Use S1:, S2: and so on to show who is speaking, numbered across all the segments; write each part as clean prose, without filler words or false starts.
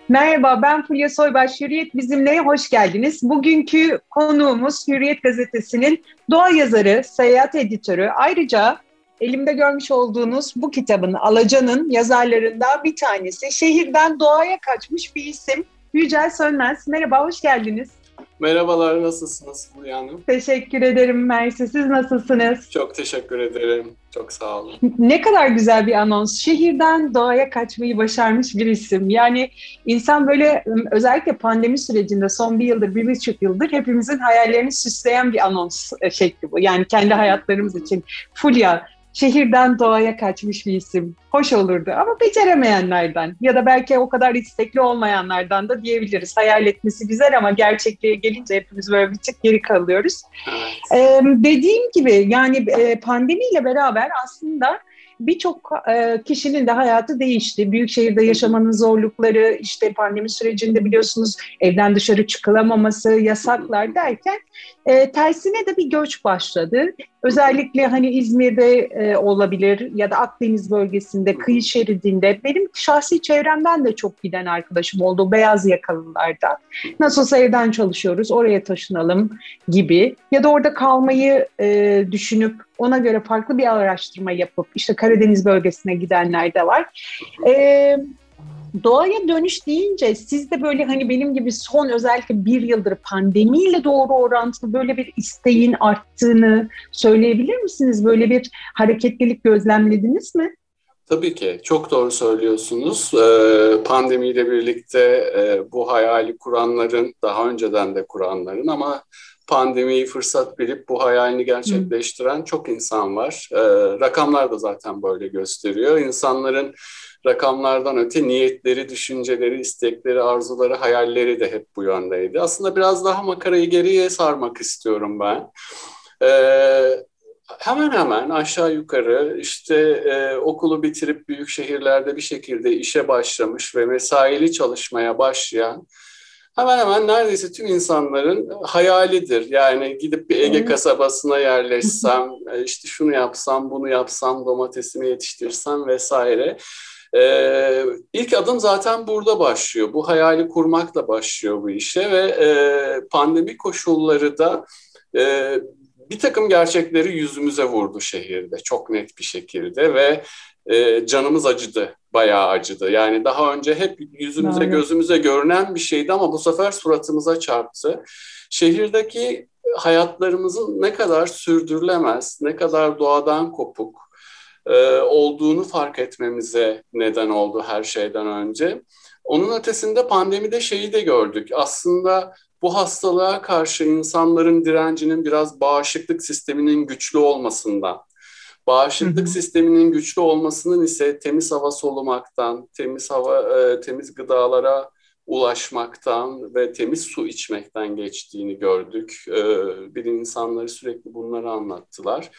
S1: Merhaba, ben Fulya Soybaş. Hürriyet bizimle hoş geldiniz. Bugünkü konuğumuz Hürriyet Gazetesi'nin doğa yazarı, seyahat editörü. Ayrıca elimde görmüş olduğunuz bu kitabın Alaca'nın yazarlarından bir tanesi. Şehirden doğaya kaçmış bir isim Yücel Sönmez. Merhaba, hoş geldiniz.
S2: Merhabalar, nasılsınız Fulya Hanım?
S1: Teşekkür ederim Mersi. Siz nasılsınız?
S2: Çok teşekkür ederim. Çok sağ olun.
S1: Ne kadar güzel bir anons. Şehirden doğaya kaçmayı başarmış bir isim. Yani insan böyle özellikle pandemi sürecinde son bir yıldır, 1,5 yıldır hepimizin hayallerini süsleyen bir anons şekli bu. Yani kendi hayatlarımız için. Fulya, şehirden doğaya kaçmış bir isim. Hoş olurdu ama beceremeyenlerden ya da belki o kadar istekli olmayanlardan da diyebiliriz. Hayal etmesi güzel ama gerçekliğe gelince hepimiz böyle bir tık geri kalıyoruz.
S2: Evet.
S1: Dediğim gibi yani pandemiyle beraber aslında birçok kişinin de hayatı değişti. Büyük şehirde yaşamanın zorlukları, işte pandemi sürecinde biliyorsunuz evden dışarı çıkılamaması, yasaklar derken tersine de bir göç başladı. Özellikle hani İzmir'de olabilir ya da Akdeniz bölgesinde, kıyı şeridinde. Benim şahsi çevremden de çok giden arkadaşım oldu, beyaz yakalılardan. Nasılsa evden çalışıyoruz, oraya taşınalım gibi ya da orada kalmayı düşünüp ona göre farklı bir araştırma yapıp işte Karadeniz bölgesine gidenler de var. E, Doğaya dönüş deyince siz de böyle hani benim gibi son özellikle bir yıldır pandemiyle doğru orantılı böyle bir isteğin arttığını söyleyebilir misiniz? Böyle bir hareketlilik gözlemlediniz mi?
S2: Tabii ki çok doğru söylüyorsunuz. Pandemiyle birlikte bu hayali kuranların, daha önceden de kuranların ama pandemiyi fırsat bilip bu hayalini
S1: Hı.
S2: gerçekleştiren çok insan var. Rakamlar da zaten böyle gösteriyor. İnsanların rakamlardan öte niyetleri, düşünceleri, istekleri, arzuları, hayalleri de hep bu yöndeydi. Aslında biraz daha makarayı geriye sarmak istiyorum ben. Ee, Hemen hemen aşağı yukarı işte okulu bitirip büyük şehirlerde bir şekilde işe başlamış ve mesaili çalışmaya başlayan hemen hemen neredeyse tüm insanların hayalidir. Yani gidip bir Ege
S1: Evet.
S2: kasabasına yerleşsem, işte şunu yapsam, bunu yapsam, domatesimi yetiştirsem vesaire. İlk adım zaten burada başlıyor. Bu hayali kurmakla başlıyor bu işe ve pandemi koşulları da e, bir takım gerçekleri yüzümüze vurdu şehirde çok net bir şekilde ve canımız acıdı, bayağı acıdı. Yani daha önce hep yüzümüze,
S1: Doğru.
S2: gözümüze görünen bir şeydi ama bu sefer suratımıza çarptı. Şehirdeki hayatlarımızın ne kadar sürdürülemez, ne kadar doğadan kopuk olduğunu fark etmemize neden oldu her şeyden önce. Onun ötesinde pandemide şeyi de gördük. Aslında bu hastalığa karşı insanların direncinin biraz bağışıklık sisteminin güçlü olmasından,
S1: Hı
S2: bağışıklık
S1: hı.
S2: sisteminin güçlü olmasının ise temiz hava solumaktan, temiz gıdalara ulaşmaktan ve temiz su içmekten geçtiğini gördük. Bilim insanları sürekli bunları anlattılar.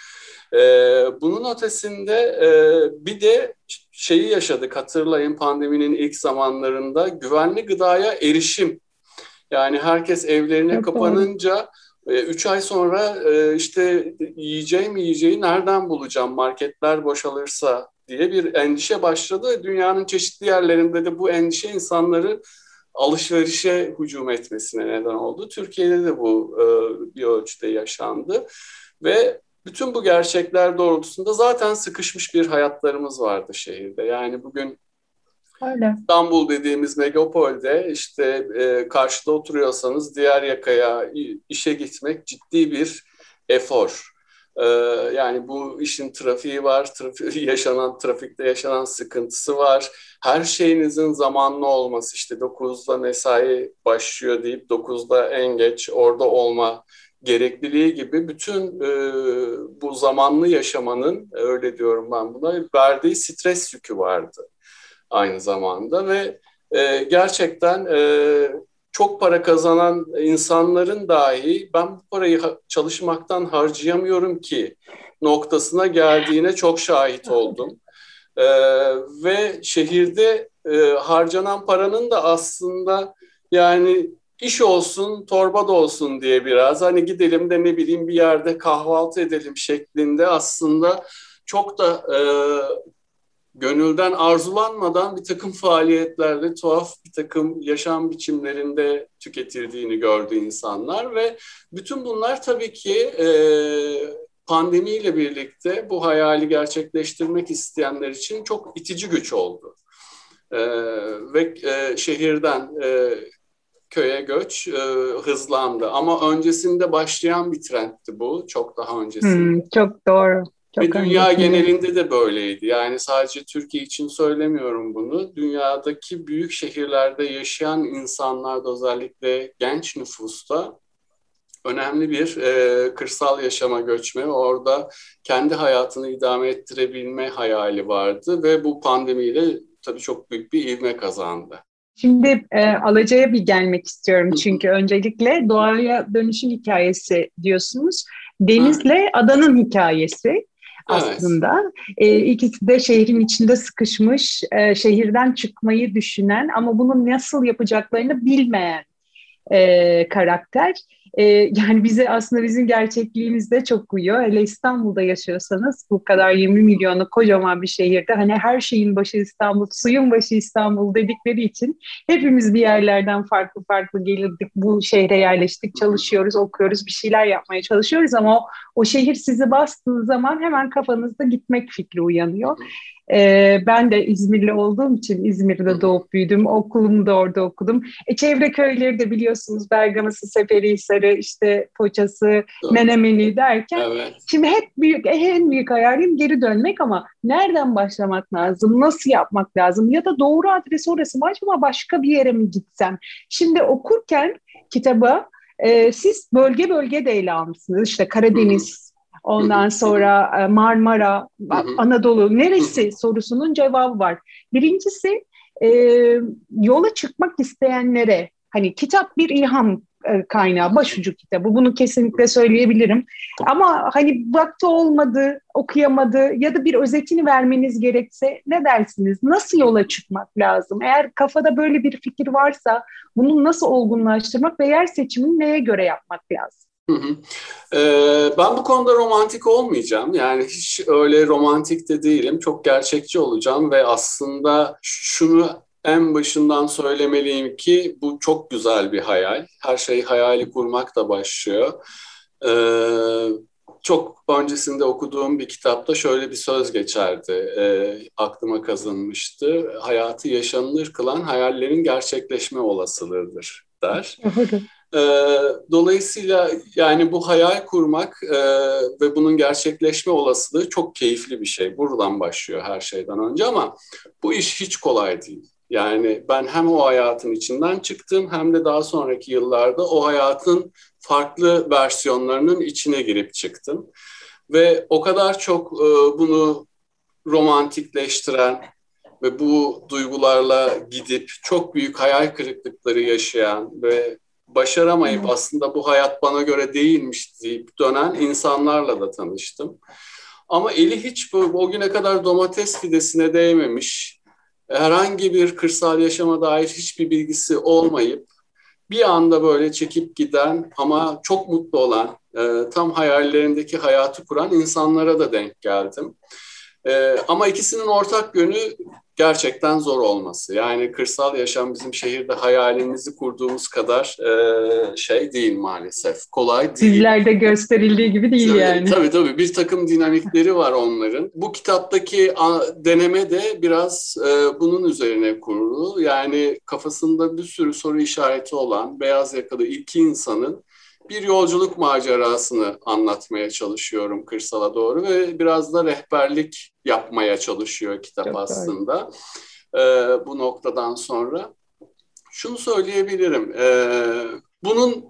S2: Bunun ötesinde bir de şeyi yaşadık, hatırlayın, pandeminin ilk zamanlarında güvenli gıdaya erişim. Yani herkes evlerine
S1: Çok doğru.
S2: kapanınca 3 ay sonra işte yiyeceği nereden bulacağım, marketler boşalırsa diye bir endişe başladı. Dünyanın çeşitli yerlerinde de bu endişe insanları alışverişe hücum etmesine neden oldu. Türkiye'de de bu bir ölçüde yaşandı ve bütün bu gerçekler doğrultusunda zaten sıkışmış bir hayatlarımız vardı şehirde. Yani bugün
S1: Öyle.
S2: İstanbul dediğimiz megapolde işte karşıda oturuyorsanız diğer yakaya işe gitmek ciddi bir efor. E, Yani bu işin trafiği var, trafikte yaşanan sıkıntısı var. Her şeyinizin zamanlı olması, işte 9'da mesai başlıyor deyip 9'da en geç orada olma gerekliliği gibi bütün bu zamanlı yaşamanın, öyle diyorum ben buna, verdiği stres yükü vardı aynı zamanda ve gerçekten çok para kazanan insanların dahi ben bu parayı çalışmaktan harcayamıyorum ki noktasına geldiğine çok şahit oldum. E, Ve şehirde harcanan paranın da aslında yani iş olsun, torba da olsun diye biraz hani gidelim de ne bileyim bir yerde kahvaltı edelim şeklinde aslında çok da gönülden arzulanmadan bir takım faaliyetlerde, tuhaf bir takım yaşam biçimlerinde tüketildiğini gördü insanlar ve bütün bunlar tabii ki pandemiyle birlikte bu hayali gerçekleştirmek isteyenler için çok itici güç oldu. Ve şehirden köye göç hızlandı. Ama öncesinde başlayan bir trendti bu, çok daha öncesinde.
S1: Çok doğru.
S2: Ve dünya genelinde de böyleydi. Yani sadece Türkiye için söylemiyorum bunu. Dünyadaki büyük şehirlerde yaşayan insanlarda, özellikle genç nüfusta önemli bir kırsal yaşama göçme, orada kendi hayatını idame ettirebilme hayali vardı ve bu pandemiyle tabii çok büyük bir ivme kazandı.
S1: Şimdi Alaca'ya bir gelmek istiyorum çünkü öncelikle doğaya dönüşüm hikayesi diyorsunuz. Denizle adanın hikayesi aslında. Evet. İkisi de şehrin içinde sıkışmış, şehirden çıkmayı düşünen ama bunu nasıl yapacaklarını bilmeyen karakter. Yani bize aslında bizim gerçekliğimizde çok uyuyor. Hele İstanbul'da yaşıyorsanız bu kadar 20 milyonlu kocaman bir şehirde hani her şeyin başı İstanbul, suyun başı İstanbul dedikleri için hepimiz bir yerlerden farklı farklı gelirdik. Bu şehre yerleştik, çalışıyoruz, okuyoruz, bir şeyler yapmaya çalışıyoruz ama o şehir sizi bastığı zaman hemen kafanızda gitmek fikri uyanıyor. Ben de İzmirli olduğum için İzmir'de doğup büyüdüm. Okulumu da orada okudum. Çevre köyleri de biliyorsunuz Bergama'sı, Seferihisar'ı, işte Foça'sı, Menemeni derken. Evet. Şimdi en büyük hayalim geri dönmek ama nereden başlamak lazım? Nasıl yapmak lazım? Ya da doğru adres orası mı acaba başka bir yere mi gitsem? Şimdi okurken kitabı siz bölge bölge de ele almışsınız. İşte Karadeniz, ondan sonra Marmara, Anadolu neresi sorusunun cevabı var. Birincisi yola çıkmak isteyenlere hani kitap bir ilham kaynağı, başucu kitabı. Bunu kesinlikle söyleyebilirim. Ama hani vakti olmadı, okuyamadı ya da bir özetini vermeniz gerekse ne dersiniz? Nasıl yola çıkmak lazım? Eğer kafada böyle bir fikir varsa bunu nasıl olgunlaştırmak ve yer seçimini neye göre yapmak lazım?
S2: Ben bu konuda romantik olmayacağım. Yani hiç öyle romantik de değilim. Çok gerçekçi olacağım ve aslında şunu en başından söylemeliyim ki bu çok güzel bir hayal. Her şey hayali kurmakla başlıyor. Çok öncesinde okuduğum bir kitapta şöyle bir söz geçerdi. Aklıma kazınmıştı. Hayatı yaşanılır kılan hayallerin gerçekleşme olasılığıdır der. Dolayısıyla yani bu hayal kurmak ve bunun gerçekleşme olasılığı çok keyifli bir şey. Buradan başlıyor her şeyden önce ama bu iş hiç kolay değil. Yani ben hem o hayatın içinden çıktım hem de daha sonraki yıllarda o hayatın farklı versiyonlarının içine girip çıktım. Ve o kadar çok bunu romantikleştiren ve bu duygularla gidip çok büyük hayal kırıklıkları yaşayan ve başaramayıp aslında bu hayat bana göre değilmiş deyip dönen insanlarla da tanıştım. Ama eli hiç o güne kadar domates fidesine değmemiş, herhangi bir kırsal yaşama dair hiçbir bilgisi olmayıp bir anda böyle çekip giden ama çok mutlu olan, tam hayallerindeki hayatı kuran insanlara da denk geldim. Ama ikisinin ortak yönü gerçekten zor olması. Yani kırsal yaşam bizim şehirde hayalimizi kurduğumuz kadar şey değil maalesef. Kolay değil.
S1: Dizilerde gösterildiği gibi değil yani.
S2: Tabii bir takım dinamikleri var onların. Bu kitaptaki deneme de biraz bunun üzerine kurulu. Yani kafasında bir sürü soru işareti olan beyaz yakalı iki insanın bir yolculuk macerasını anlatmaya çalışıyorum kırsala doğru ve biraz da rehberlik yapmaya çalışıyor kitap çok aslında. Bu noktadan sonra şunu söyleyebilirim. Bunun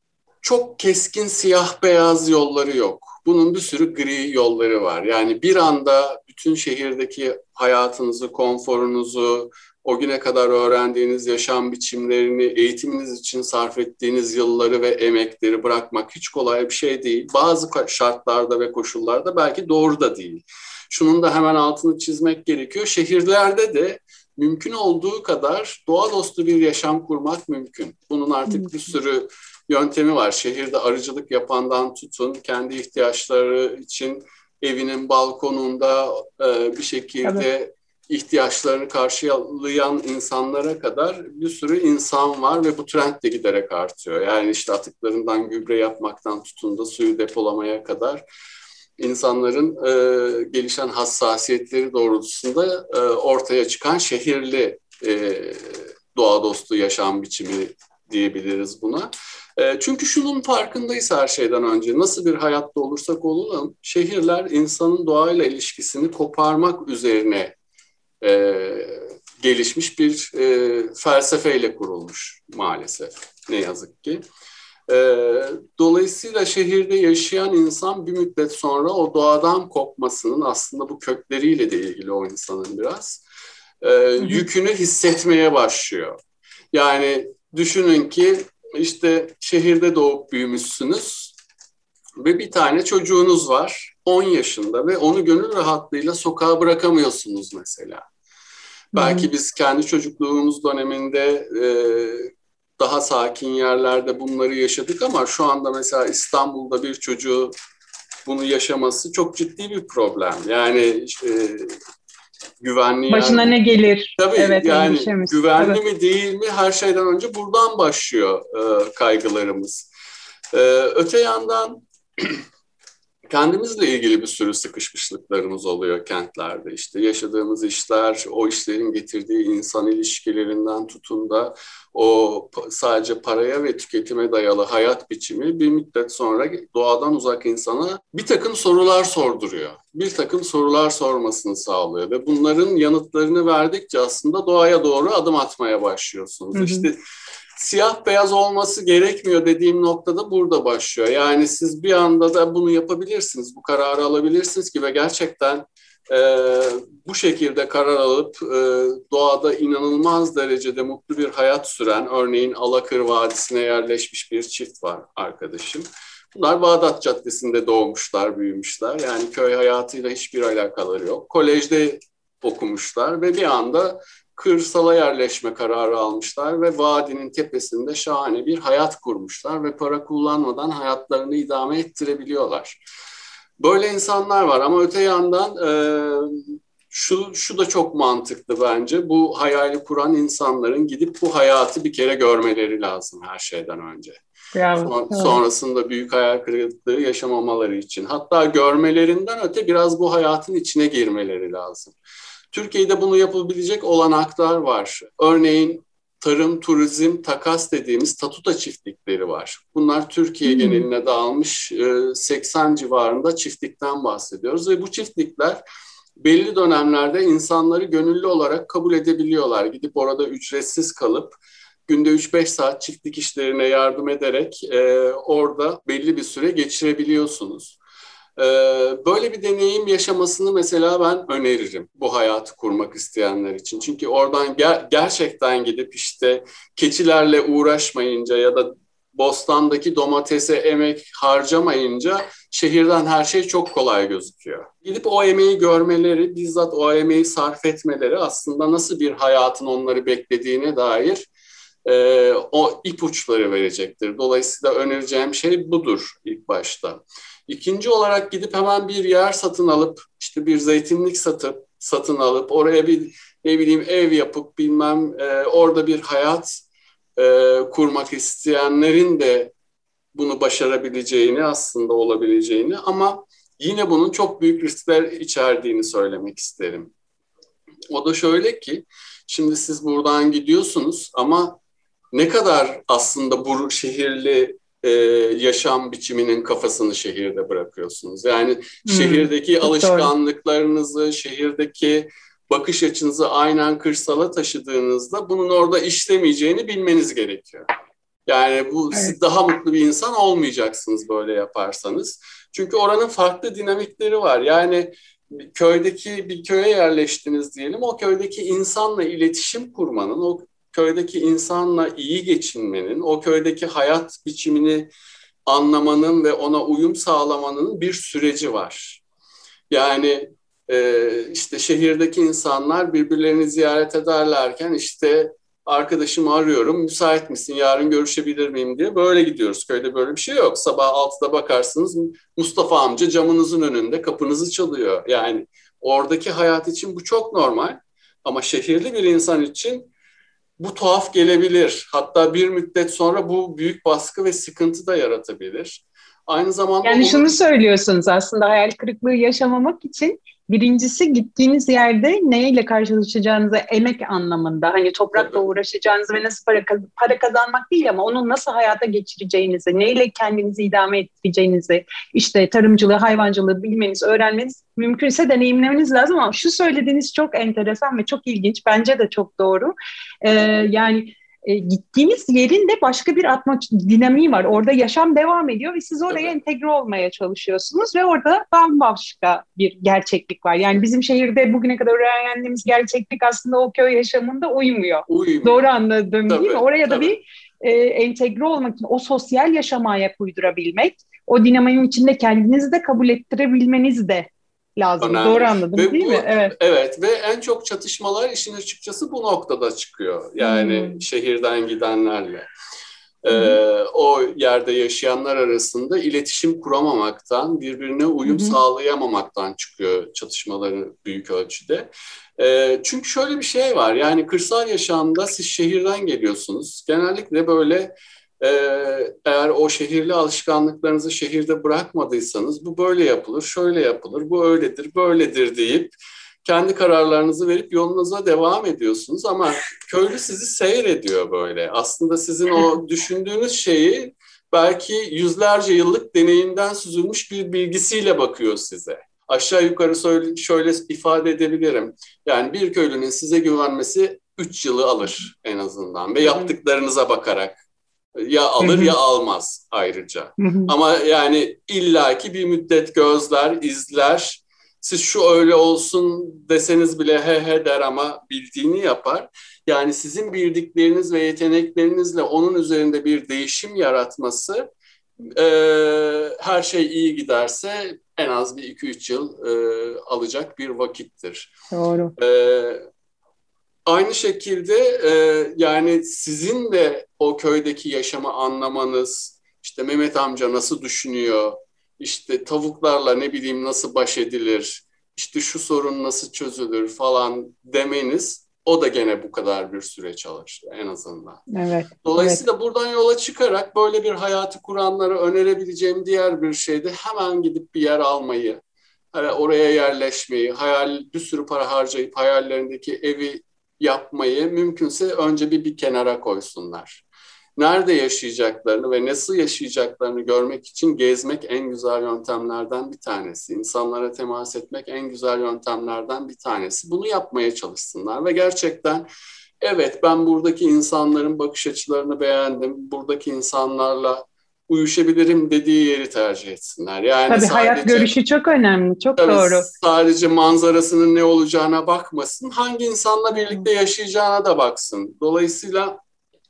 S2: çok keskin siyah beyaz yolları yok. Bunun bir sürü gri yolları var. Yani bir anda bütün şehirdeki hayatınızı, konforunuzu, o güne kadar öğrendiğiniz yaşam biçimlerini, eğitiminiz için sarf ettiğiniz yılları ve emekleri bırakmak hiç kolay bir şey değil. Bazı şartlarda ve koşullarda belki doğru da değil. Şunun da hemen altını çizmek gerekiyor. Şehirlerde de mümkün olduğu kadar doğa dostu bir yaşam kurmak mümkün. Bunun artık bir sürü yöntemi var. Şehirde arıcılık yapandan tutun, kendi ihtiyaçları için evinin balkonunda bir şekilde ihtiyaçlarını karşılayan insanlara kadar bir sürü insan var ve bu trend de giderek artıyor. Yani işte atıklarından gübre yapmaktan tutun da suyu depolamaya kadar insanların gelişen hassasiyetleri doğrultusunda ortaya çıkan şehirli doğa dostu yaşam biçimi diyebiliriz buna. Çünkü şunun farkındayız her şeyden önce. Nasıl bir hayatta olursak olalım, şehirler insanın doğayla ilişkisini koparmak üzerine gelişmiş bir felsefeyle kurulmuş maalesef. Ne yazık ki. Dolayısıyla şehirde yaşayan insan bir müddet sonra o doğadan kopmasının aslında bu kökleriyle de ilgili o insanın biraz yükünü hissetmeye başlıyor. Yani düşünün ki işte şehirde doğup büyümüşsünüz ve bir tane çocuğunuz var 10 yaşında ve onu gönül rahatlığıyla sokağa bırakamıyorsunuz mesela. Belki biz kendi çocukluğumuz döneminde daha sakin yerlerde bunları yaşadık ama şu anda mesela İstanbul'da bir çocuğu bunu yaşaması çok ciddi bir problem. Yani güvenli
S1: başına ne gelir?
S2: Tabii
S1: evet,
S2: yani
S1: endişemiz.
S2: güvenli
S1: Evet.
S2: mi değil mi her şeyden önce buradan başlıyor kaygılarımız. Öte yandan kendimizle ilgili bir sürü sıkışmışlıklarımız oluyor kentlerde. İşte yaşadığımız işler, o işlerin getirdiği insan ilişkilerinden tutun da o sadece paraya ve tüketime dayalı hayat biçimi bir müddet sonra doğadan uzak insana bir takım sorular sorduruyor. Bir takım sorular sormasını sağlıyor ve bunların yanıtlarını verdikçe aslında doğaya doğru adım atmaya başlıyorsunuz. Hı hı. İşte siyah beyaz olması gerekmiyor dediğim noktada burada başlıyor. Yani siz bir anda da bunu yapabilirsiniz, bu kararı alabilirsiniz ki ve gerçekten bu şekilde karar alıp doğada inanılmaz derecede mutlu bir hayat süren, örneğin Alakır Vadisi'ne yerleşmiş bir çift var arkadaşım. Bunlar Bağdat Caddesi'nde doğmuşlar, büyümüşler. Yani köy hayatıyla hiçbir alakaları yok. Kolejde okumuşlar ve bir anda kırsala yerleşme kararı almışlar ve vadinin tepesinde şahane bir hayat kurmuşlar ve para kullanmadan hayatlarını idame ettirebiliyorlar. Böyle insanlar var ama öte yandan şu da çok mantıklı bence. Bu hayali kuran insanların gidip bu hayatı bir kere görmeleri lazım her şeyden önce. Sonrasında büyük hayal kırıklığı yaşamamaları için. Hatta görmelerinden öte biraz bu hayatın içine girmeleri lazım. Türkiye'de bunu yapabilecek olanaklar var. Örneğin tarım, turizm, takas dediğimiz statuta çiftlikleri var. Bunlar Türkiye geneline dağılmış 80 civarında çiftlikten bahsediyoruz ve bu çiftlikler belli dönemlerde insanları gönüllü olarak kabul edebiliyorlar. Gidip orada ücretsiz kalıp günde 3-5 saat çiftlik işlerine yardım ederek orada belli bir süre geçirebiliyorsunuz. Böyle bir deneyim yaşamasını mesela ben öneririm bu hayatı kurmak isteyenler için. Çünkü oradan gerçekten gidip işte keçilerle uğraşmayınca ya da bostandaki domatese emek harcamayınca şehirden her şey çok kolay gözüküyor. Gidip o emeği görmeleri, bizzat o emeği sarf etmeleri aslında nasıl bir hayatın onları beklediğine dair o ipuçları verecektir. Dolayısıyla önereceğim şey budur ilk başta. İkinci olarak gidip hemen bir yer satın alıp işte bir zeytinlik satın alıp oraya bir ne bileyim ev yapıp bilmem orada bir hayat kurmak isteyenlerin de bunu başarabileceğini aslında olabileceğini ama yine bunun çok büyük riskler içerdiğini söylemek isterim. O da şöyle ki şimdi siz buradan gidiyorsunuz ama ne kadar aslında bu şehirli yaşam biçiminin kafasını şehirde bırakıyorsunuz. Yani şehirdeki alışkanlıklarınızı, doğru. Şehirdeki bakış açınızı aynen kırsala taşıdığınızda bunun orada işlemeyeceğini bilmeniz gerekiyor. Yani bu evet. Siz daha mutlu bir insan olmayacaksınız böyle yaparsanız. Çünkü oranın farklı dinamikleri var. Yani bir köye yerleştiniz diyelim. O köydeki insanla iletişim kurmanın, o köydeki insanla iyi geçinmenin, o köydeki hayat biçimini anlamanın ve ona uyum sağlamanın bir süreci var. Yani işte şehirdeki insanlar birbirlerini ziyaret ederlerken işte arkadaşımı arıyorum, müsait misin, yarın görüşebilir miyim diye böyle gidiyoruz. Köyde böyle bir şey yok. Sabah 6'da bakarsınız Mustafa amca camınızın önünde kapınızı çalıyor. Yani oradaki hayat için bu çok normal. Ama şehirli bir insan için bu tuhaf gelebilir. Hatta bir müddet sonra bu büyük baskı ve sıkıntı da yaratabilir. Aynı zamanda
S1: Yani
S2: onu...
S1: şunu söylüyorsunuz aslında hayal kırıklığı yaşamamak için birincisi gittiğiniz yerde neyle karşılaşacağınızı emek anlamında hani toprakla
S2: Tabii,
S1: uğraşacağınızı ve nasıl para kazanmak değil ama onu nasıl hayata geçireceğinizi, neyle kendinizi idame ettireceğinizi, işte tarımcılığı, hayvancılığı bilmeniz, öğrenmeniz, mümkünse deneyimlemeniz lazım ama şu söylediğiniz çok enteresan ve çok ilginç. Bence de çok doğru. Ee, yani gittiğiniz yerin de başka bir dinamiği var. Orada yaşam devam ediyor ve siz oraya
S2: tabii.
S1: entegre olmaya çalışıyorsunuz ve orada bambaşka bir gerçeklik var. Yani bizim şehirde bugüne kadar öğrendiğimiz gerçeklik aslında o köy yaşamında uymuyor. Doğru
S2: Uymuyor.
S1: anladım değil mi?
S2: Tabii,
S1: Oraya da
S2: tabii.
S1: bir entegre olmak için o sosyal yaşama ayak uydurabilmek, o dinamiğin içinde kendinizi de kabul ettirebilmeniz de lazım. Doğru
S2: Önemli.
S1: anladım
S2: Ve
S1: değil mi?
S2: bu,
S1: Evet.
S2: evet, ve en çok çatışmalar işin açıkçası bu noktada çıkıyor. Yani
S1: Hmm.
S2: şehirden gidenlerle.
S1: Hı hı.
S2: O yerde yaşayanlar arasında iletişim kuramamaktan, birbirine
S1: Hı
S2: uyum
S1: hı.
S2: sağlayamamaktan çıkıyor çatışmaları büyük ölçüde. Çünkü şöyle bir şey var, yani kırsal yaşamda siz şehirden geliyorsunuz. Genellikle böyle eğer o şehirli alışkanlıklarınızı şehirde bırakmadıysanız bu böyle yapılır, şöyle yapılır, bu öyledir, böyledir deyip kendi kararlarınızı verip yolunuza devam ediyorsunuz ama köylü sizi seyrediyor böyle. Aslında sizin o düşündüğünüz şeyi belki yüzlerce yıllık deneyimden süzülmüş bir bilgisiyle bakıyor size. Aşağı yukarı şöyle ifade edebilirim. Yani bir köylünün size güvenmesi 3 yılı alır en azından ve
S1: Hı hı.
S2: yaptıklarınıza bakarak. Ya
S1: Hı
S2: alır ya
S1: hı.
S2: almaz ayrıca.
S1: Hı hı.
S2: Ama yani illaki bir müddet gözler, izler. Siz şu öyle olsun deseniz bile he he der ama bildiğini yapar. Yani sizin bildikleriniz ve yeteneklerinizle onun üzerinde bir değişim yaratması e, her şey iyi giderse en az bir 2-3 yıl alacak bir vakittir.
S1: Doğru.
S2: E, Aynı şekilde yani sizin de o köydeki yaşamı anlamanız, işte Mehmet amca nasıl düşünüyor, işte tavuklarla ne bileyim nasıl baş edilir, işte şu sorun nasıl çözülür falan demeniz, o da gene bu kadar bir süreç alır en azından.
S1: Evet. Evet.
S2: Dolayısıyla buradan yola çıkarak böyle bir hayatı kuranlara önerebileceğim diğer bir şey de hemen gidip bir yer almayı, hani oraya yerleşmeyi, bir sürü para harcayıp hayallerindeki evi yapmayı mümkünse önce bir kenara koysunlar. Nerede yaşayacaklarını ve nasıl yaşayacaklarını görmek için gezmek en güzel yöntemlerden bir tanesi. İnsanlara temas etmek en güzel yöntemlerden bir tanesi. Bunu yapmaya çalışsınlar ve gerçekten evet ben buradaki insanların bakış açılarını beğendim. Buradaki insanlarla uyuşabilirim dediği yeri tercih etsinler. Yani
S1: Tabii hayat
S2: sadece
S1: görüşü çok önemli, çok
S2: tabii
S1: doğru.
S2: sadece manzarasının ne olacağına bakmasın, hangi insanla
S1: Hmm.
S2: birlikte yaşayacağına da baksın. Dolayısıyla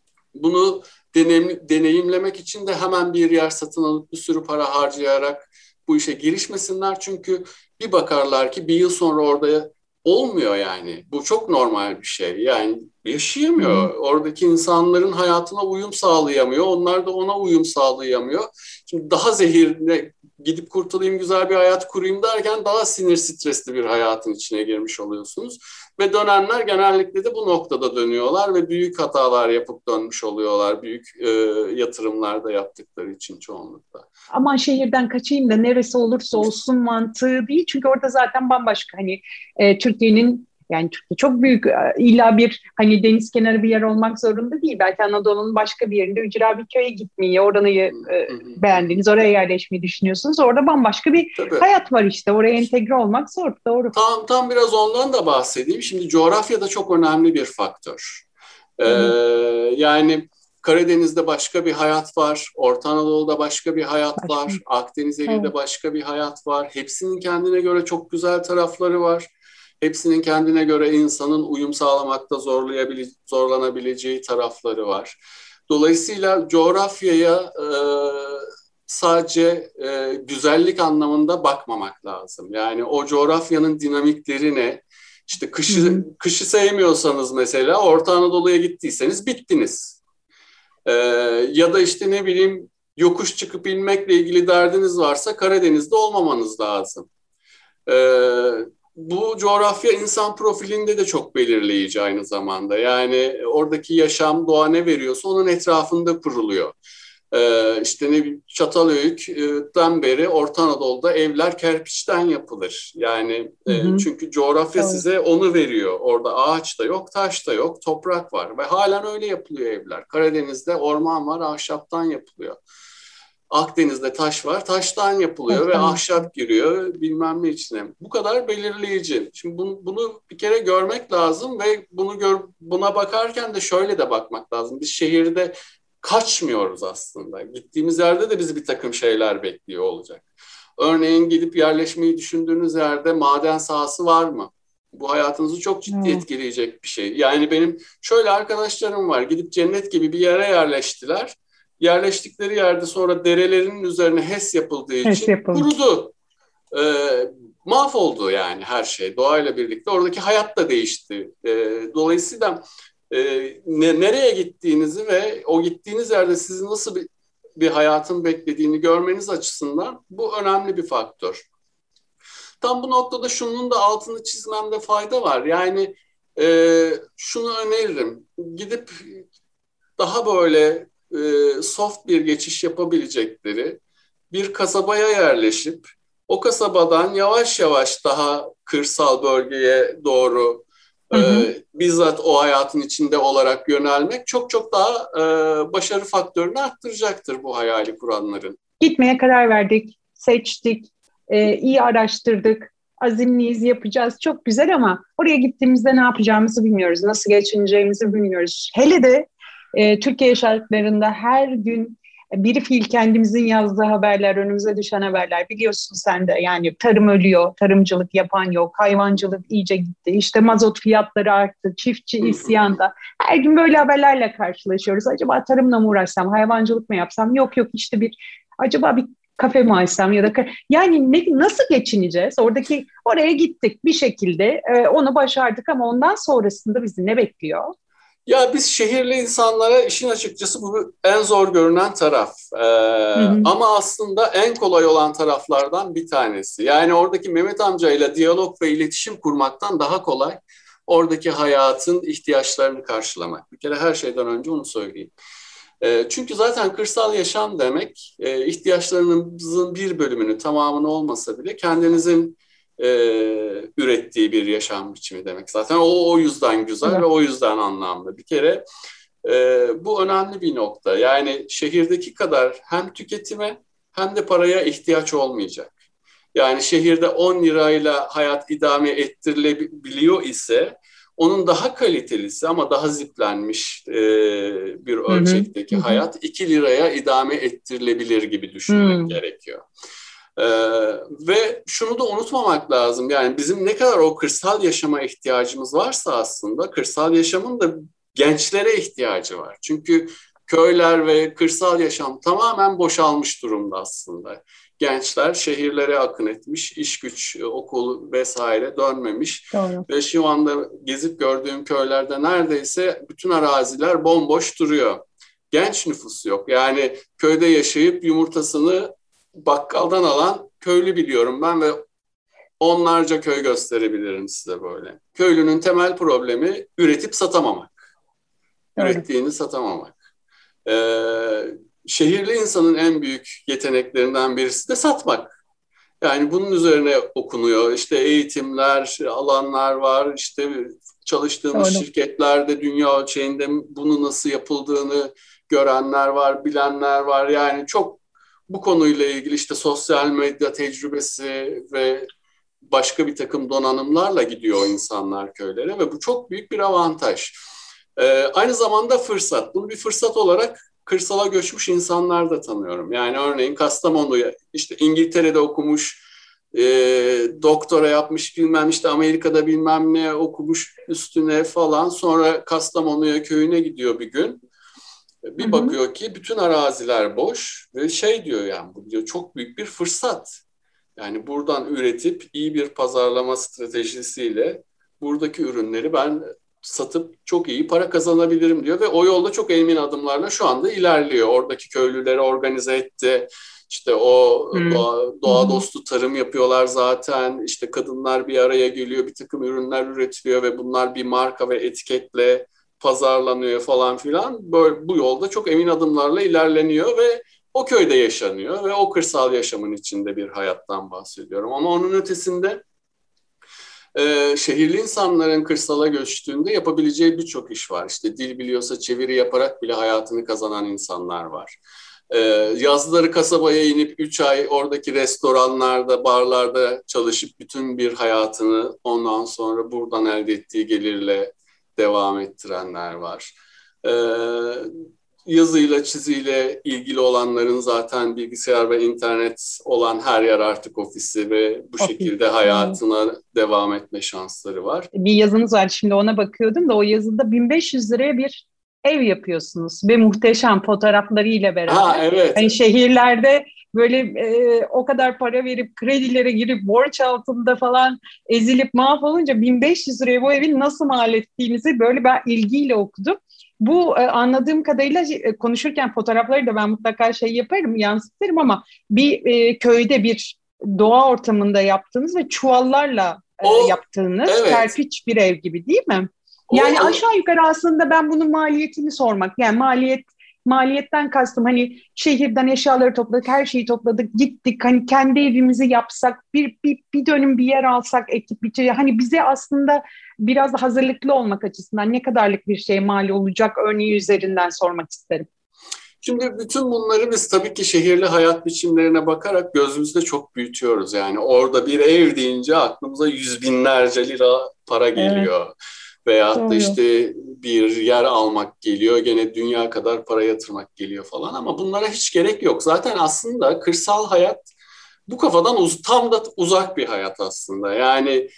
S2: bunu deneyimlemek için de hemen bir yer satın alıp bir sürü para harcayarak bu işe girişmesinler. Çünkü bir bakarlar ki bir yıl sonra orada olmuyor yani. Bu çok normal bir şey. Yani
S1: Hı hı.
S2: yaşayamıyor. Oradaki insanların hayatına uyum sağlayamıyor. Onlar da ona uyum sağlayamıyor. Şimdi daha zehirli gidip kurtulayım güzel bir hayat kurayım derken daha sinir stresli bir hayatın içine girmiş oluyorsunuz. Ve dönenler genellikle de bu noktada dönüyorlar ve büyük hatalar yapıp dönmüş oluyorlar. Büyük yatırımlar da yaptıkları için çoğunlukla.
S1: Aman şehirden kaçayım da neresi olursa olsun mantığı değil. Çünkü orada zaten bambaşka hani Türkiye'nin yani Türkiye çok büyük illa bir hani deniz kenarı bir yer olmak zorunda değil. Belki Anadolu'nun başka bir yerinde ücra bir köye gitmeyi, oranı beğendiğiniz, oraya yerleşmeyi düşünüyorsunuz. Orada bambaşka bir
S2: Tabii.
S1: hayat var işte. Oraya entegre olmak zor. Doğru.
S2: Tam biraz ondan da bahsedeyim. Şimdi coğrafya da çok önemli bir faktör. Ee,
S1: Hı hı.
S2: Yani Karadeniz'de başka bir hayat var, Orta Anadolu'da başka bir hayat
S1: Başka.
S2: var, Akdeniz Ege'de
S1: Evet.
S2: başka bir hayat var. Hepsinin kendine göre çok güzel tarafları var. Hepsinin kendine göre insanın uyum sağlamakta zorlanabileceği tarafları var. Dolayısıyla coğrafyaya sadece güzellik anlamında bakmamak lazım. Yani o coğrafyanın dinamiklerine, işte
S1: Hı hı.
S2: kışı sevmiyorsanız mesela Orta Anadolu'ya gittiyseniz bittiniz. Ee, Ya da işte ne bileyim yokuş çıkıp inmekle ilgili derdiniz varsa Karadeniz'de olmamanız lazım. Ee, bu coğrafya insan profilinde de çok belirleyici aynı zamanda. Yani oradaki yaşam, doğa ne veriyorsa onun etrafında kuruluyor. İşte ne bileyim, Çatalhöyük'ten beri Orta Anadolu'da evler kerpiçten yapılır. Yani
S1: Hı hı.
S2: çünkü coğrafya
S1: Doğru.
S2: size onu veriyor. Orada ağaç da yok, taş da yok, toprak var ve halen öyle yapılıyor evler. Karadeniz'de orman var, ahşaptan yapılıyor. Akdeniz'de taş var, taştan yapılıyor ve
S1: Baştan yapalım.
S2: ahşap giriyor bilmem ne içine. Bu kadar belirleyici. Şimdi bunu bir kere görmek lazım ve buna bakarken de şöyle de bakmak lazım. Biz şehirde kaçmıyoruz aslında. Gittiğimiz yerde de bizi bir takım şeyler bekliyor olacak. Örneğin gidip yerleşmeyi düşündüğünüz yerde maden sahası var mı? Bu hayatınızı çok ciddi
S1: Evet.
S2: etkileyecek bir şey. Yani benim şöyle arkadaşlarım var. Gidip cennet gibi bir yere yerleştiler. Yerleştikleri yerde sonra derelerin üzerine HES yapıldığı
S1: Ses
S2: için
S1: yapalım.
S2: kurudu. Mahvoldu yani her şey doğayla birlikte. Oradaki hayat da değişti. Dolayısıyla nereye gittiğinizi ve o gittiğiniz yerde sizi nasıl bir hayatın beklediğini görmeniz açısından bu önemli bir faktör. Tam bu noktada şunun da altını çizmemde fayda var. Yani şunu öneririm. Gidip daha böyle soft bir geçiş yapabilecekleri bir kasabaya yerleşip o kasabadan yavaş yavaş daha kırsal bölgeye doğru
S1: Hı hı.
S2: bizzat o hayatın içinde olarak yönelmek çok çok daha başarı faktörünü arttıracaktır bu hayali kuranların.
S1: Gitmeye karar verdik, seçtik, iyi araştırdık, azimliyiz, yapacağız. Çok güzel ama oraya gittiğimizde ne yapacağımızı bilmiyoruz, nasıl geçineceğimizi bilmiyoruz. Hele de Türkiye şartlarında her gün bir fiil kendimizin yazdığı haberler, önümüze düşen haberler biliyorsun sen de. Yani tarım ölüyor, tarımcılık yapan yok, hayvancılık iyice gitti. İşte mazot fiyatları arttı, çiftçi isyanda. Her gün böyle haberlerle karşılaşıyoruz. Acaba tarımla mı uğraşsam, hayvancılık mı yapsam? Yok yok işte acaba bir kafe mi açsam ya da yani nasıl geçineceğiz? Oraya gittik bir şekilde onu başardık ama ondan sonrasında bizi ne bekliyor?
S2: Ya biz şehirli insanlara işin açıkçası bu en zor görünen taraf.
S1: Hı hı.
S2: Ama aslında en kolay olan taraflardan bir tanesi. Yani oradaki Mehmet amcayla diyalog ve iletişim kurmaktan daha kolay. Oradaki hayatın ihtiyaçlarını karşılamak. Bir kere her şeyden önce onu söyleyeyim. Çünkü zaten kırsal yaşam demek ihtiyaçlarınızın bir bölümünü tamamını olmasa bile kendinizin e, ürettiği bir yaşam biçimi demek. Zaten o yüzden güzel ve
S1: Evet.
S2: o yüzden anlamlı. Bir kere bu önemli bir nokta. Yani şehirdeki kadar hem tüketime hem de paraya ihtiyaç olmayacak. Yani şehirde 10 lirayla hayat idame ettirilebiliyor ise onun daha kalitelisi ama daha ziplenmiş bir
S1: Hı hı.
S2: ölçekteki
S1: Hı hı.
S2: hayat 2 liraya idame ettirilebilir gibi düşünmek
S1: Hı.
S2: gerekiyor. Ee, Ve şunu da unutmamak lazım. Yani bizim ne kadar o kırsal yaşama ihtiyacımız varsa aslında kırsal yaşamın da gençlere ihtiyacı var. Çünkü köyler ve kırsal yaşam tamamen boşalmış durumda aslında. Gençler şehirlere akın etmiş, iş güç, okul vesaire dönmemiş.
S1: Doğru.
S2: Ve şu anda gezip gördüğüm köylerde neredeyse bütün araziler bomboş duruyor. Genç nüfus yok. Yani köyde yaşayıp yumurtasını bakkaldan alan köylü biliyorum ben ve onlarca köy gösterebilirim size böyle. Köylünün temel problemi üretip satamamak.
S1: Doğru.
S2: Ürettiğini satamamak. Ee, Şehirli insanın en büyük yeteneklerinden birisi de satmak. Yani bunun üzerine okunuyor. İşte eğitimler, alanlar var. İşte çalıştığımız
S1: Doğru.
S2: şirketlerde dünya ölçeğinde bunu nasıl yapıldığını görenler var, bilenler var. Yani çok bu konuyla ilgili işte sosyal medya tecrübesi ve başka bir takım donanımlarla gidiyor insanlar köylere ve bu çok büyük bir avantaj. Aynı zamanda fırsat. Bunu bir fırsat olarak kırsala göçmüş insanlar da tanıyorum. Yani örneğin Kastamonu'ya işte İngiltere'de okumuş, doktora yapmış bilmem işte Amerika'da bilmem ne okumuş üstüne falan sonra Kastamonu'ya köyüne gidiyor bir gün.
S1: Hı
S2: Bir
S1: hı.
S2: bakıyor ki bütün araziler boş ve şey diyor yani bu diyor çok büyük bir fırsat. Yani buradan üretip iyi bir pazarlama stratejisiyle buradaki ürünleri ben satıp çok iyi para kazanabilirim diyor ve o yolda çok emin adımlarla şu anda ilerliyor. Oradaki köylüleri organize etti. İşte o
S1: Hmm.
S2: doğa dostu tarım yapıyorlar zaten. İşte kadınlar bir araya geliyor, bir takım ürünler üretiliyor ve bunlar bir marka ve etiketle pazarlanıyor falan filan. Böyle, bu yolda çok emin adımlarla ilerleniyor ve o köyde yaşanıyor ve o kırsal yaşamın içinde bir hayattan bahsediyorum. Ama onun ötesinde şehirli insanların kırsala göçtüğünde yapabileceği birçok iş var. İşte dil biliyorsa çeviri yaparak bile hayatını kazanan insanlar var. Yazları kasabaya inip 3 ay oradaki restoranlarda, barlarda çalışıp bütün bir hayatını ondan sonra buradan elde ettiği gelirle devam ettirenler var. Yazıyla, çiziyle ilgili olanların zaten bilgisayar ve internet olan her yer artık ofisi ve bu şekilde hayatına devam etme şansları var.
S1: Bir yazınız var, şimdi ona bakıyordum da o yazıda 1500 liraya bir ev yapıyorsunuz ve muhteşem fotoğraflarıyla beraber.
S2: Evet.
S1: Hani şehirlerde böyle o kadar para verip kredilere girip borç altında falan ezilip mahvolunca 1500 liraya bu evi nasıl mal ettiğinizi böyle ben ilgiyle okudum. Bu anladığım kadarıyla konuşurken fotoğrafları da ben mutlaka yaparım, yansıtırım ama bir köyde bir doğa ortamında yaptığınız ve çuvallarla yaptığınız kerpiç bir ev gibi değil mi? Yani aşağı yukarı aslında ben bunun maliyetini sormak. Yani maliyetten kastım hani şehirden eşyaları topladık, her şeyi topladık, gittik. Hani kendi evimizi yapsak, bir dönüm bir yer alsak, ekip biçeri. Hani bize aslında biraz da hazırlıklı olmak açısından ne kadarlık bir şey mal olacak örneği üzerinden sormak isterim.
S2: Şimdi bütün bunları biz tabii ki şehirli hayat biçimlerine bakarak gözümüzde çok büyütüyoruz. Yani orada bir ev deyince aklımıza yüz binlerce lira para geliyor. Evet. Veyahut da işte bir yer almak geliyor, gene dünya kadar para yatırmak geliyor falan ama bunlara hiç gerek yok. Zaten aslında kırsal hayat bu kafadan tam da uzak bir hayat aslında. Yani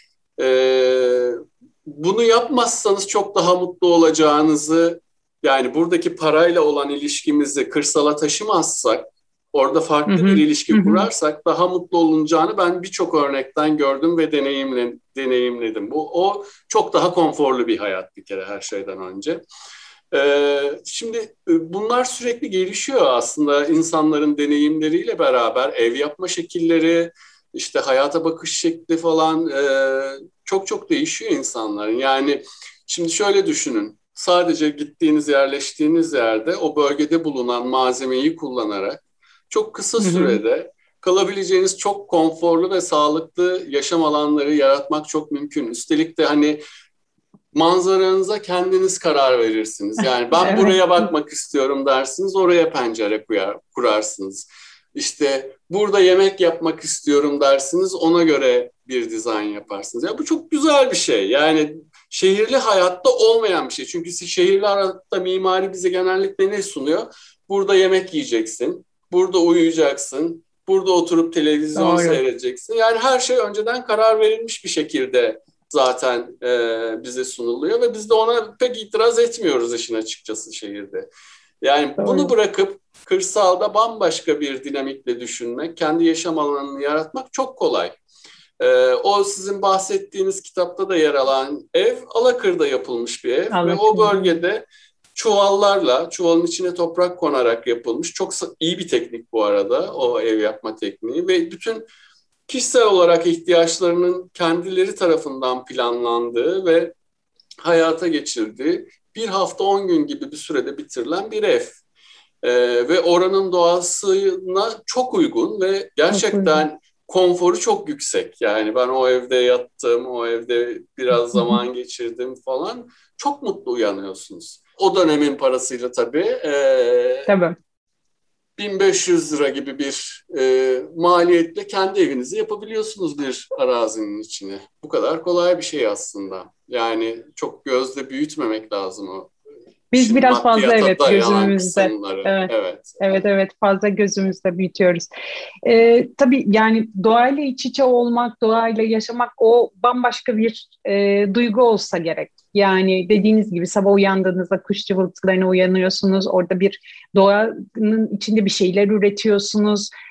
S2: bunu yapmazsanız çok daha mutlu olacağınızı, yani buradaki parayla olan ilişkimizi kırsala taşımazsak, orada farklı bir ilişki kurarsak daha mutlu olunacağını ben birçok örnekten gördüm ve deneyimledim. O çok daha konforlu bir hayat bir kere her şeyden önce. Şimdi bunlar sürekli gelişiyor aslında insanların deneyimleriyle beraber ev yapma şekilleri, işte hayata bakış şekli falan çok çok değişiyor insanların. Yani şimdi şöyle düşünün. Sadece gittiğiniz, yerleştiğiniz yerde o bölgede bulunan malzemeyi kullanarak çok kısa sürede kalabileceğiniz çok konforlu ve sağlıklı yaşam alanları yaratmak çok mümkün. Üstelik de hani manzaranıza kendiniz karar verirsiniz. Yani ben buraya bakmak istiyorum dersiniz, oraya pencere kurarsınız. İşte burada yemek yapmak istiyorum dersiniz, ona göre bir dizayn yaparsınız. Ya bu çok güzel bir şey. Yani şehirli hayatta olmayan bir şey. Çünkü şehirli hayatta mimari bize genellikle ne sunuyor? Burada yemek yiyeceksin, burada uyuyacaksın, burada oturup televizyon seyredeceksin. Yani her şey önceden karar verilmiş bir şekilde zaten bize sunuluyor ve biz de ona pek itiraz etmiyoruz işin açıkçası şehirde. Yani bunu bırakıp kırsalda bambaşka bir dinamikle düşünmek, kendi yaşam alanını yaratmak çok kolay. O sizin bahsettiğiniz kitapta da yer alan ev Alakır'da yapılmış bir ev ve o bölgede çuvalın içine toprak konarak yapılmış. Çok iyi bir teknik bu arada o ev yapma tekniği ve bütün kişisel olarak ihtiyaçlarının kendileri tarafından planlandığı ve hayata geçirdiği 1 hafta 10 gün gibi bir sürede bitirilen bir ev. Ve oranın doğasına çok uygun ve gerçekten konforu çok yüksek. Yani ben o evde yattım, o evde biraz zaman geçirdim falan. Çok mutlu uyanıyorsunuz. O dönemin parasıyla tabii. Tabii. 1500 lira gibi bir maliyetle kendi evinizi yapabiliyorsunuz bir arazinin içine. Bu kadar kolay bir şey aslında. Yani çok gözde büyütmemek lazım o.
S1: Biz biraz fazla gözümüzde. Evet fazla gözümüzde büyütüyoruz. Tabii yani doğayla iç içe olmak, doğayla yaşamak o bambaşka bir duygu olsa gerek. Yani dediğiniz gibi sabah uyandığınızda kuş cıvıltılarına uyanıyorsunuz. Orada bir doğanın içinde bir şeyler üretiyorsunuz.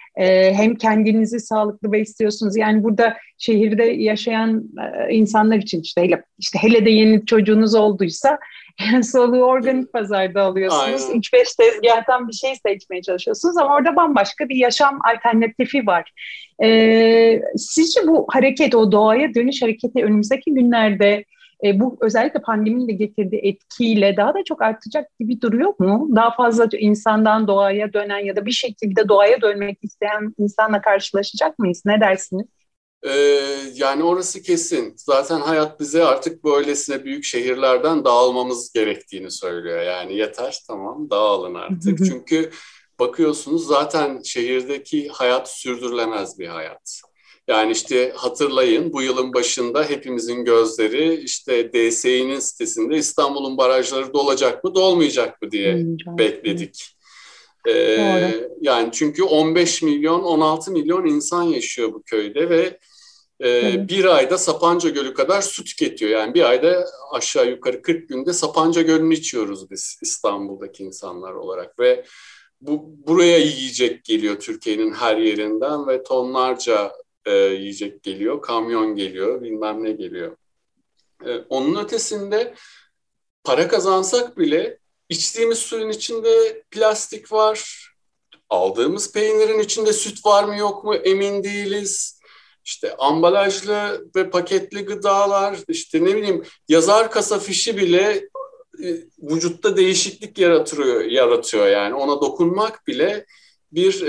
S1: Hem kendinizi sağlıklı besliyorsunuz. Yani burada şehirde yaşayan insanlar için hele de yeni çocuğunuz olduysa soluğu organik pazarda alıyorsunuz.
S2: Aynen.
S1: 3-5 tezgahtan bir şey seçmeye çalışıyorsunuz ama orada bambaşka bir yaşam alternatifi var. Sizce bu hareket, o doğaya dönüş hareketi önümüzdeki günlerde bu özellikle pandeminin de getirdiği etkiyle daha da çok artacak gibi duruyor mu? Daha fazla insandan doğaya dönen ya da bir şekilde doğaya dönmek isteyen insanla karşılaşacak mıyız? Ne dersiniz?
S2: Yani orası kesin. Zaten hayat bize artık böylesine büyük şehirlerden dağılmamız gerektiğini söylüyor. Yani yeter, tamam, dağılın artık. Çünkü bakıyorsunuz zaten şehirdeki hayat sürdürülemez bir hayat. Yani işte hatırlayın, bu yılın başında hepimizin gözleri işte DSİ'nin sitesinde İstanbul'un barajları dolacak mı, dolmayacak mı diye bekledik.
S1: Doğru.
S2: Yani çünkü 15 milyon, 16 milyon insan yaşıyor bu köyde ve bir ayda Sapanca Gölü kadar su tüketiyor. Yani bir ayda aşağı yukarı 40 günde Sapanca Gölü'nü içiyoruz biz İstanbul'daki insanlar olarak ve buraya yiyecek geliyor Türkiye'nin her yerinden ve tonlarca yiyecek geliyor, kamyon geliyor, bilmem ne geliyor. Onun ötesinde para kazansak bile içtiğimiz suyun içinde plastik var, aldığımız peynirin içinde süt var mı yok mu emin değiliz. İşte ambalajlı ve paketli gıdalar, işte ne bileyim yazar kasa fişi bile vücutta değişiklik yaratıyor yani ona dokunmak bile bir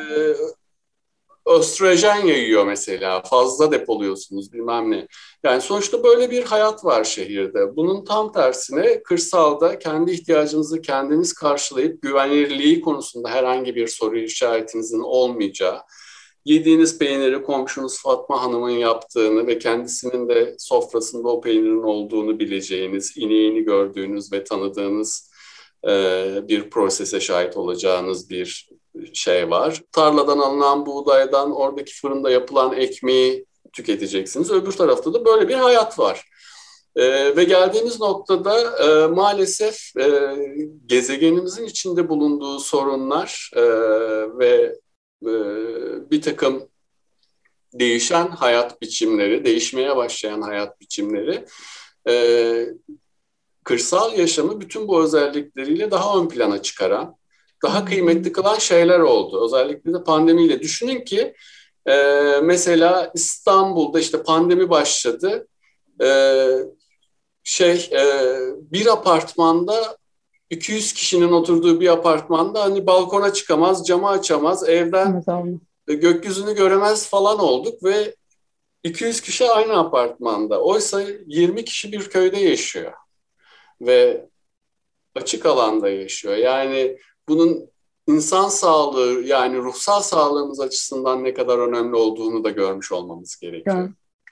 S2: östrojen yayıyor mesela. Fazla depoluyorsunuz bilmem ne. Yani sonuçta böyle bir hayat var şehirde. Bunun tam tersine kırsalda kendi ihtiyacınızı kendiniz karşılayıp güvenilirliği konusunda herhangi bir soru işaretinizin olmayacağı, yediğiniz peyniri komşunuz Fatma Hanım'ın yaptığını ve kendisinin de sofrasında o peynirin olduğunu bileceğiniz, ineğini gördüğünüz ve tanıdığınız bir prosese şahit olacağınız bir şey var. Tarladan alınan buğdaydan, oradaki fırında yapılan ekmeği tüketeceksiniz. Öbür tarafta da böyle bir hayat var. Ve geldiğimiz noktada maalesef gezegenimizin içinde bulunduğu sorunlar ve bir takım değişen hayat biçimleri, değişmeye başlayan hayat biçimleri kırsal yaşamı bütün bu özellikleriyle daha ön plana çıkaran, daha kıymetli kılan şeyler oldu. Özellikle de pandemiyle. Düşünün ki mesela İstanbul'da işte pandemi başladı. Bir apartmanda 200 kişinin oturduğu bir apartmanda hani balkona çıkamaz, camı açamaz, evden gökyüzünü göremez falan olduk ve 200 kişi aynı apartmanda. Oysa 20 kişi bir köyde yaşıyor ve açık alanda yaşıyor. Yani bunun insan sağlığı yani ruhsal sağlığımız açısından ne kadar önemli olduğunu da görmüş olmamız gerekiyor.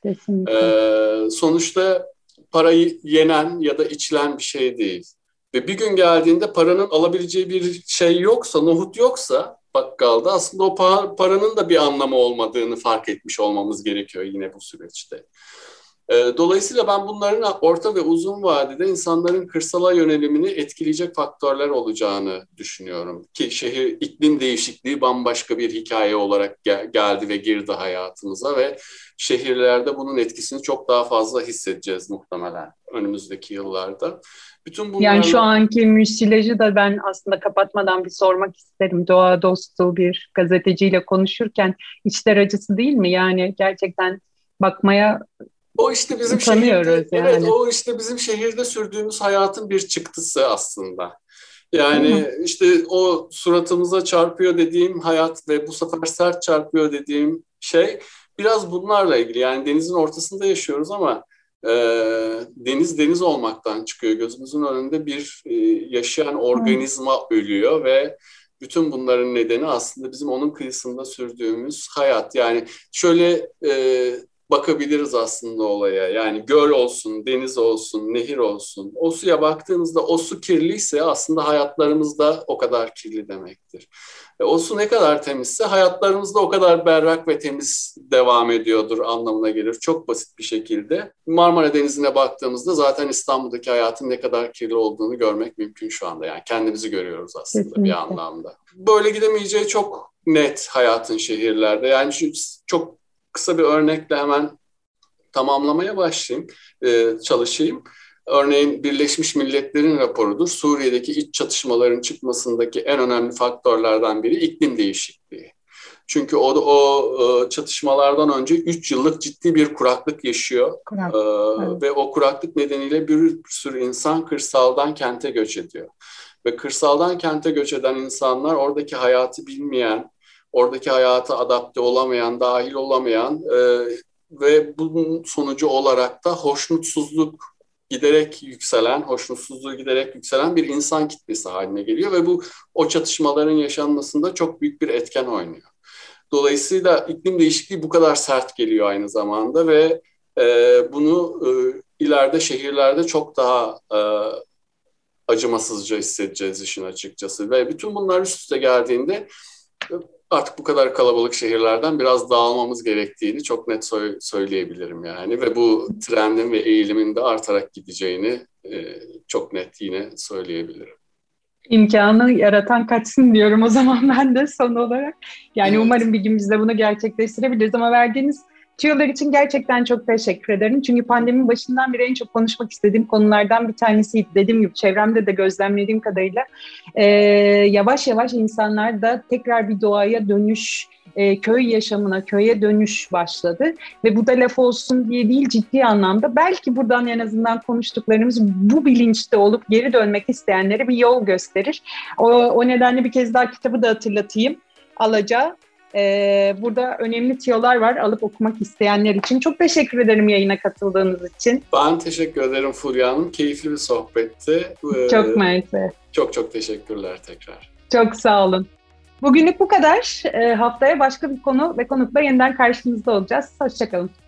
S2: Sonuçta parayı yenen ya da içilen bir şey değil. Ve bir gün geldiğinde paranın alabileceği bir şey yoksa, nohut yoksa bakkalda aslında o paranın da bir anlamı olmadığını fark etmiş olmamız gerekiyor yine bu süreçte. Dolayısıyla ben bunların orta ve uzun vadede insanların kırsala yönelimini etkileyecek faktörler olacağını düşünüyorum. Ki şehir iklim değişikliği bambaşka bir hikaye olarak geldi ve girdi hayatımıza ve şehirlerde bunun etkisini çok daha fazla hissedeceğiz muhtemelen önümüzdeki yıllarda. Bütün bunlarla...
S1: Yani şu anki müsilajı da ben aslında kapatmadan bir sormak isterim. Doğa dostu bir gazeteciyle konuşurken içler acısı değil mi? Yani gerçekten bakmaya
S2: o işte bizim şehirde, yani. Evet, o işte bizim şehirde sürdüğümüz hayatın bir çıktısı aslında. Yani işte o suratımıza çarpıyor dediğim hayat ve bu sefer sert çarpıyor dediğim şey biraz bunlarla ilgili. Yani denizin ortasında yaşıyoruz ama deniz olmaktan çıkıyor. Gözümüzün önünde bir yaşayan organizma ölüyor ve bütün bunların nedeni aslında bizim onun kıyısında sürdüğümüz hayat. Yani şöyle bakabiliriz aslında olaya. Yani göl olsun, deniz olsun, nehir olsun. O suya baktığınızda o su kirliyse aslında hayatlarımız da o kadar kirli demektir. O su ne kadar temizse hayatlarımız da o kadar berrak ve temiz devam ediyordur anlamına gelir. Çok basit bir şekilde. Marmara Denizi'ne baktığımızda zaten İstanbul'daki hayatın ne kadar kirli olduğunu görmek mümkün şu anda. Yani kendimizi görüyoruz aslında
S1: Kesinlikle.
S2: bir anlamda. Böyle gidemeyeceği çok net hayatın şehirlerde. Yani çok kısa bir örnekle hemen tamamlamaya başlayayım, çalışayım. Örneğin Birleşmiş Milletler'in raporudur. Suriye'deki iç çatışmaların çıkmasındaki en önemli faktörlerden biri iklim değişikliği. Çünkü o çatışmalardan önce 3 yıllık ciddi bir kuraklık yaşıyor. Evet. Ve o kuraklık nedeniyle bir sürü insan kırsaldan kente göç ediyor. Ve kırsaldan kente göç eden insanlar oradaki hayatı bilmeyen, oradaki hayata adapte olamayan, dahil olamayan ve bunun sonucu olarak da hoşnutsuzluğu giderek yükselen bir insan kitlesi haline geliyor ve bu o çatışmaların yaşanmasında çok büyük bir etken oynuyor. Dolayısıyla iklim değişikliği bu kadar sert geliyor aynı zamanda ve bunu ileride şehirlerde çok daha acımasızca hissedeceğiz işin açıkçası. Ve bütün bunlar üst üste geldiğinde artık bu kadar kalabalık şehirlerden biraz dağılmamız gerektiğini çok net söyleyebilirim yani. Ve bu trendin ve eğilimin de artarak gideceğini çok net yine söyleyebilirim.
S1: İmkanı yaratan kaçsın diyorum o zaman ben de son olarak. Yani evet. Umarım bir gün biz de bunu gerçekleştirebiliriz ama verdiğiniz tüyolar için gerçekten çok teşekkür ederim. Çünkü pandeminin başından beri en çok konuşmak istediğim konulardan bir tanesiydi. Dediğim gibi çevremde de gözlemlediğim kadarıyla yavaş yavaş insanlar da tekrar bir doğaya dönüş, köy yaşamına, köye dönüş başladı. Ve bu da laf olsun diye değil, ciddi anlamda belki buradan en azından konuştuklarımız bu bilinçte olup geri dönmek isteyenlere bir yol gösterir. O nedenle bir kez daha kitabı da hatırlatayım. Alaca. Burada önemli tiyolar var alıp okumak isteyenler için. Çok teşekkür ederim yayına katıldığınız için.
S2: Ben teşekkür ederim Fulya Hanım. Keyifli bir sohbetti.
S1: Çok mersi.
S2: Çok teşekkürler tekrar.
S1: Çok sağ olun. Bugünlük bu kadar. Haftaya başka bir konu ve konukla yeniden karşınızda olacağız. Hoşça kalın.